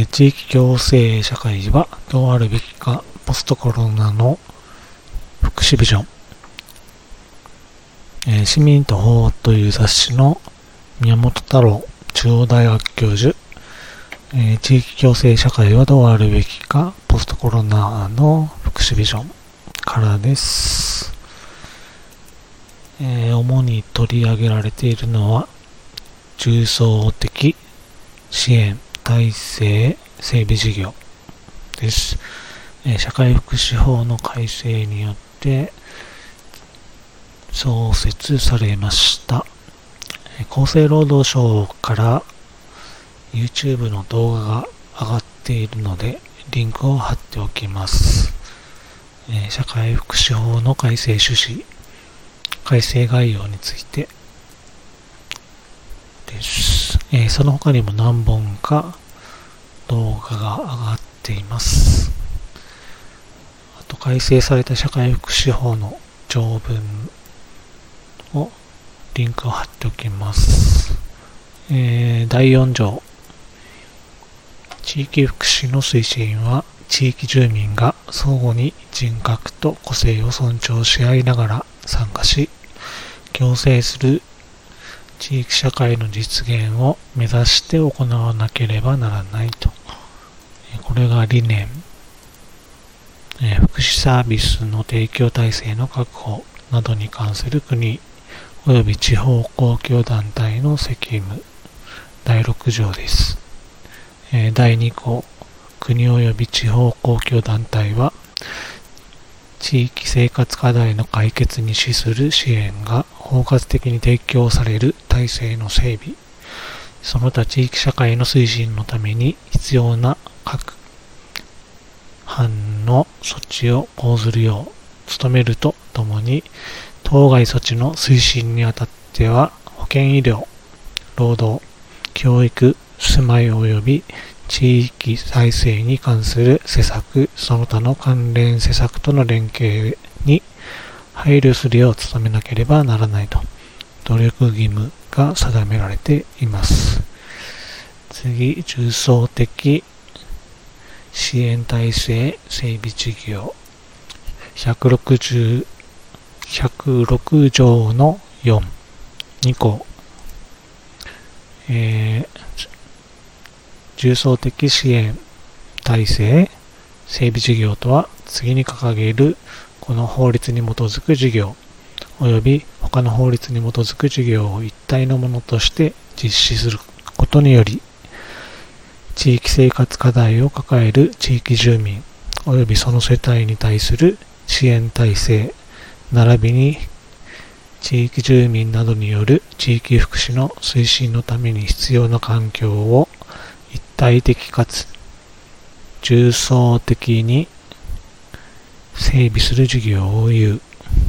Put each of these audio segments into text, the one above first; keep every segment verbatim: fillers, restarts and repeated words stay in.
ー地域共生社会はどうあるべきか、ポストコロナの福祉ビジョン。えー、市民と法という雑誌の宮本太郎中央大学教授、えー、地域共生社会はどうあるべきか、ポストコロナの福祉ビジョンからです。えー、主に取り上げられているのは、重層的支援体制整備事業です。えー、社会福祉法の改正によって創設されました。厚生労働省から YouTube の動画が上がっているのでリンクを貼っておきます。えー、社会福祉法の改正趣旨、改正概要についてです。えー、その他にも何本か動画が上がっています。あと改正された社会福祉法の条文をリンクを貼っておきます。えー、だいよん条、地域福祉の推進は地域住民が相互に人格と個性を尊重し合いながら参加し、共生する地域社会の実現を目指して行わなければならないと。これが理念。福祉サービスの提供体制の確保などに関する国及び地方公共団体の責務。だいろく条です。だいに項、国及び地方公共団体は地域生活課題の解決に資する支援が包括的に提供される体制の整備、その他地域社会の推進のために必要な各般の措置を講ずるよう努めるとともに、当該措置の推進にあたっては保健医療、労働、教育、住まい及び地域再生に関する施策、その他の関連施策との連携に配慮するよう努めなければならないと努力義務が定められています。次、重層的支援体制整備事業ひゃくろくじゅう、ひゃくろく条のよん、に項、えー重層的支援体制整備事業とは、次に掲げるこの法律に基づく事業及び他の法律に基づく事業を一体のものとして実施することにより、地域生活課題を抱える地域住民及びその世帯に対する支援体制並びに地域住民などによる地域福祉の推進のために必要な環境を一体的かつ重層的に整備する事業を言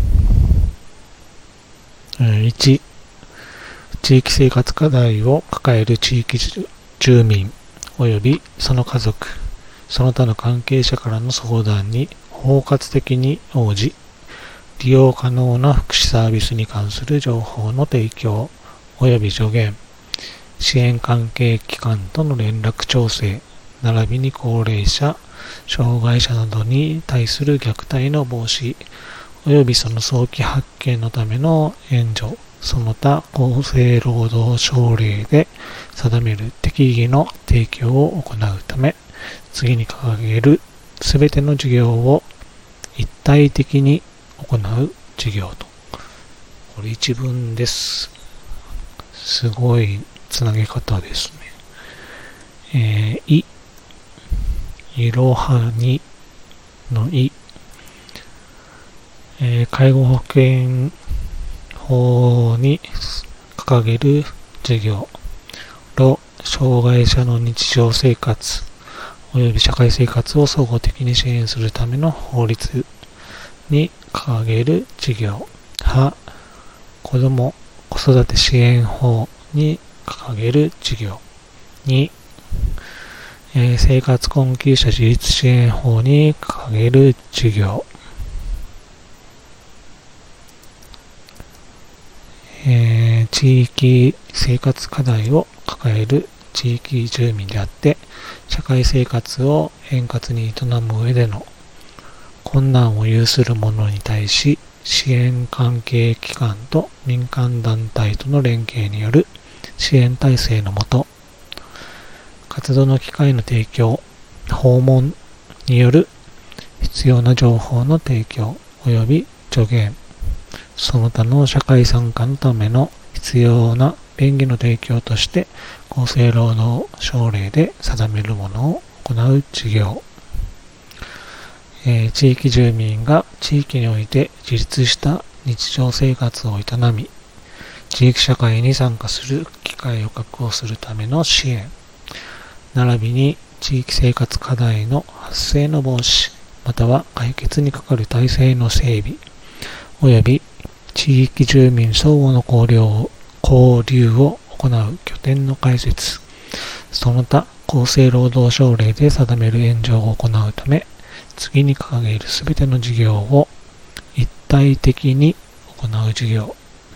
う。いち、地域生活課題を抱える地域住民及びその家族、その他の関係者からの相談に包括的に応じ、利用可能な福祉サービスに関する情報の提供及び助言、支援関係機関との連絡調整、並びに高齢者、障害者などに対する虐待の防止、及びその早期発見のための援助、その他厚生労働省令で定める適宜の提供を行うため、次に掲げるすべての事業を一体的に行う事業と。これ一文です。すごいつなげ方ですね。えー、い、いろはにのい、えー、介護保険法に掲げる事業、ろ、障害者の日常生活及び社会生活を総合的に支援するための法律に掲げる事業、は、子ども子育て支援法に掲げる事業、に、えー、生活困窮者自立支援法に掲げる事業、えー、地域生活課題を抱える地域住民であって、社会生活を円滑に営む上での困難を有する者に対し、支援関係機関と民間団体との連携による支援体制の下、活動の機会の提供、訪問による必要な情報の提供及び助言、その他の社会参加のための必要な便宜の提供として厚生労働省令で定めるものを行う事業、えー、地域住民が地域において自立した日常生活を営み、地域社会に参加する機会を確保するための支援、並びに地域生活課題の発生の防止、または解決にかかる体制の整備、および地域住民相互の交流を交流を行う拠点の開設、その他厚生労働省令で定める援助を行うため、次に掲げるすべての事業を一体的に行う事業。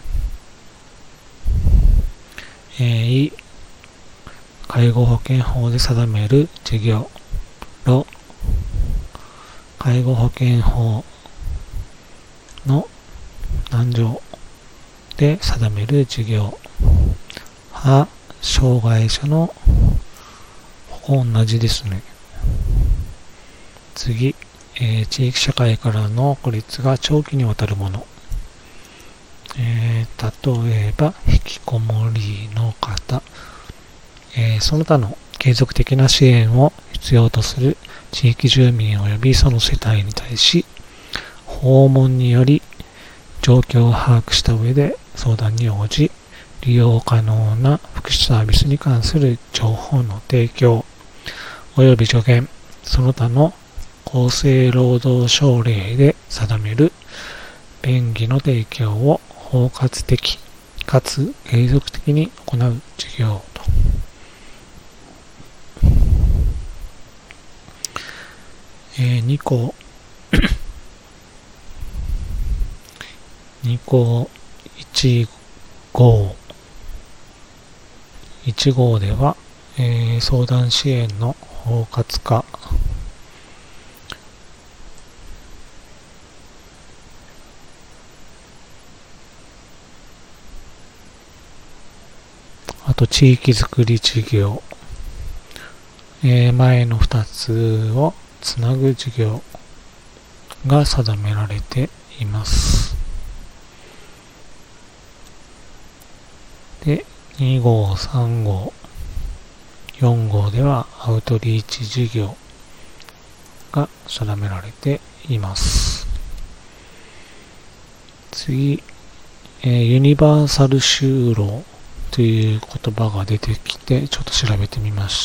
えー、介護保険法で定める事業。ろ、介護保険法の何条で定める事業。は、障害者のここ同じですね。次、えー、地域社会からの孤立が長期にわたるもの。えー、例えば、引きこもりの方、えー、その他の継続的な支援を必要とする地域住民及びその世帯に対し、訪問により状況を把握した上で相談に応じ、利用可能な福祉サービスに関する情報の提供、及び助言、その他の厚生労働省令で定める便宜の提供を包括的かつ継続的に行う事業と。えー、に項に項いち号いち号では、えー、相談支援の包括化、あと地域づくり事業、えー、前のふたつをつなぐ事業が定められています。で、に号、さん号、よん号ではアウトリーチ事業が定められています。次、えー、ユニバーサル就労という言葉が出てきてちょっと調べてみました。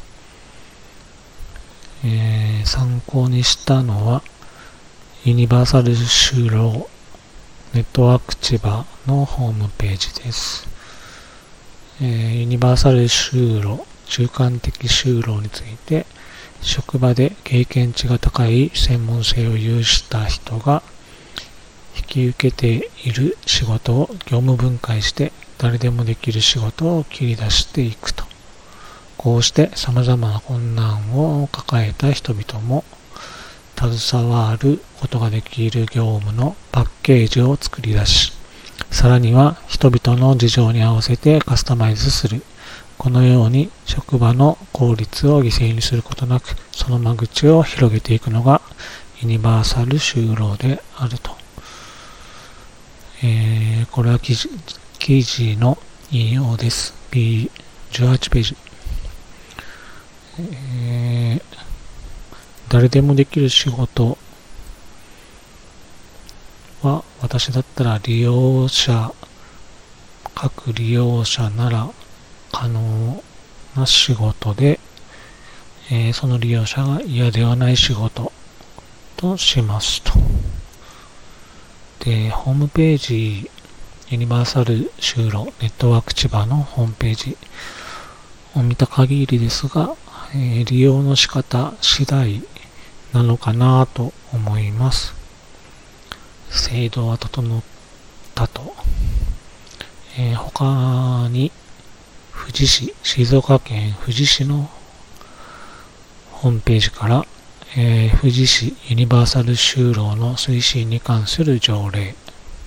えー、参考にしたのはユニバーサル就労ネットワーク千葉のホームページです。えー、ユニバーサル就労、中間的就労について、職場で経験値が高い専門性を有した人が引き受けている仕事を業務分解して誰でもできる仕事を切り出していくと。こうして様々な困難を抱えた人々も携わることができる業務のパッケージを作り出し、さらには人々の事情に合わせてカスタマイズする。このように職場の効率を犠牲にすることなく、その間口を広げていくのがユニバーサル就労であると。えー、これは記事、記事の引用です。じゅうはちページ。えー、誰でもできる仕事は、私だったら利用者、各利用者なら可能な仕事で、えー、その利用者が嫌ではない仕事としますと。で、ホームページ、ユニバーサル就労ネットワーク千葉のホームページを見た限りですが、えー、利用の仕方次第なのかなと思います。制度は整ったと。えー、他に富士市、静岡県富士市のホームページから、えー、富士市ユニバーサル就労の推進に関する条例、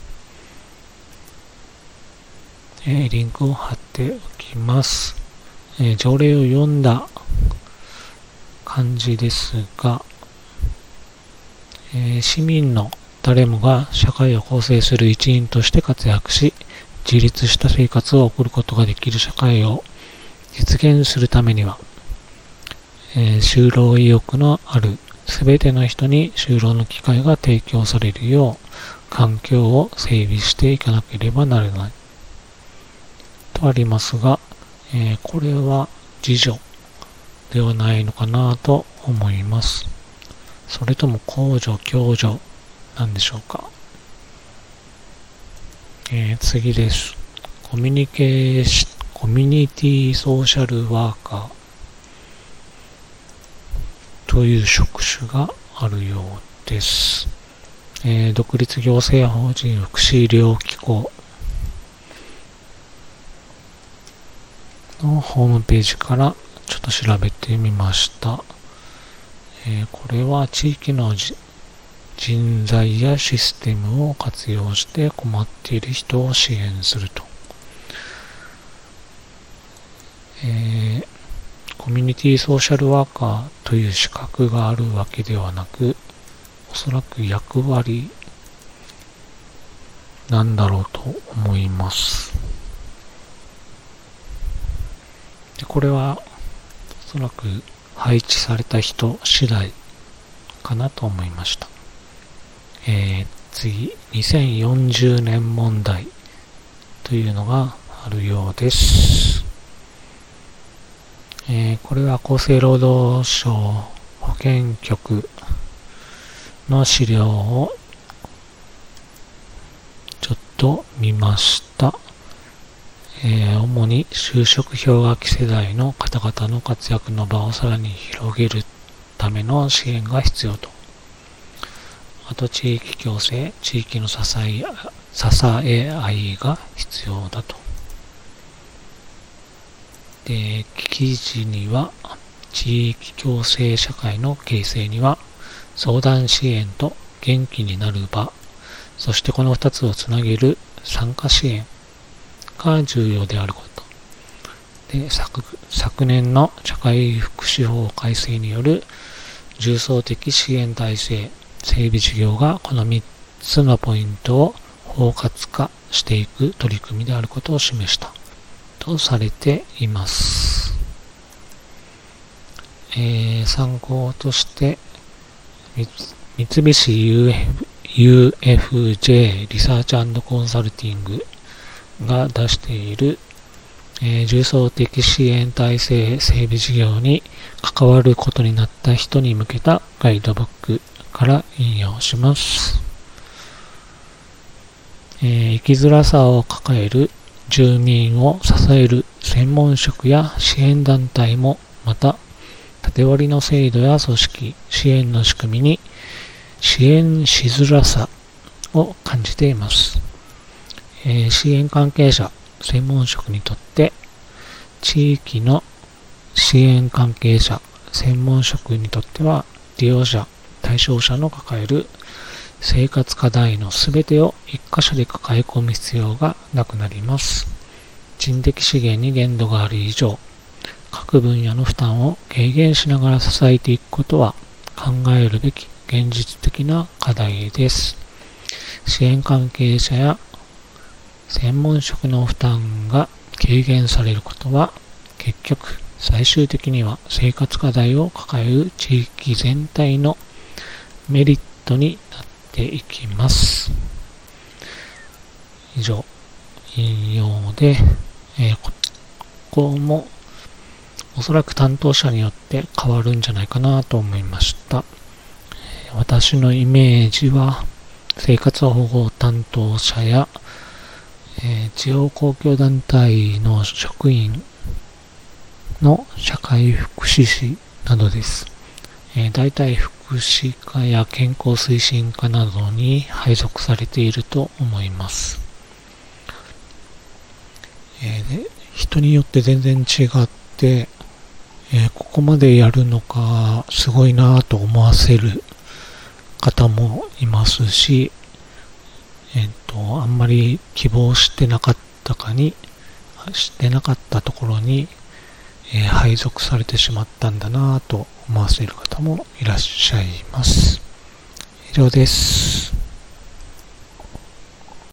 えー、リンクを貼っておきます。えー、条例を読んだ感じですが、えー、市民の誰もが社会を構成する一員として活躍し、自立した生活を送ることができる社会を実現するためには、えー、就労意欲のあるすべての人に就労の機会が提供されるよう環境を整備していかなければならないとありますが、えー、これは自助ではないのかなと思います。それとも公助共助なんでしょうか。えー、次です。コミュニケーションコミュニティソーシャルワーカーという職種があるようです。えー、独立行政法人福祉医療機構のホームページからちょっと調べてみました。えー、これは地域の人材やシステムを活用して困っている人を支援すると。えーコミュニティソーシャルワーカーという資格があるわけではなく、おそらく役割なんだろうと思います。で、これはおそらく配置された人次第かなと思いました。えー、次、にせんよんじゅうねん問題というのがあるようです。えー、これは厚生労働省保健局の資料をちょっと見ました。えー、主に就職氷河期世代の方々の活躍の場をさらに広げるための支援が必要と。あと地域共生、地域の支え、支え合いが必要だと。で、記事には、地域共生社会の形成には、相談支援と元気になる場、そしてこの二つをつなげる参加支援が重要であること。で、昨、昨年の社会福祉法改正による重層的支援体制整備事業がこのみっつのポイントを包括化していく取り組みであることを示したとされています。えー、参考として三菱 ユーエフジェー リサーチ&コンサルティングが出している、えー、重層的支援体制整備事業に関わることになった人に向けたガイドブックから引用します。えー、生きづらさを抱える住民を支える専門職や支援団体もまた縦割りの制度や組織、支援の仕組みに支援しづらさを感じています。えー、支援関係者、専門職にとって地域の支援関係者、専門職にとっては利用者、対象者の抱える生活課題のすべてを一箇所で抱え込む必要がなくなります。人的資源に限度がある以上、各分野の負担を軽減しながら支えていくことは考えるべき現実的な課題です。支援関係者や専門職の負担が軽減されることは結局最終的には生活課題を抱える地域全体のメリットになっていきます。以上、引用で、えー、ここもおそらく担当者によって変わるんじゃないかなと思いました。私のイメージは生活保護担当者や、えー、地方公共団体の職員の社会福祉士などです。えー、大体福祉課や健康推進課などに配属されていると思います。えー、で人によって全然違って、えーここまでやるのかすごいなぁと思わせる方もいますし、えっと、あんまり希望してなかったかに、してなかったところに、えー配属されてしまったんだなぁと思わせる方もいらっしゃいます。以上です。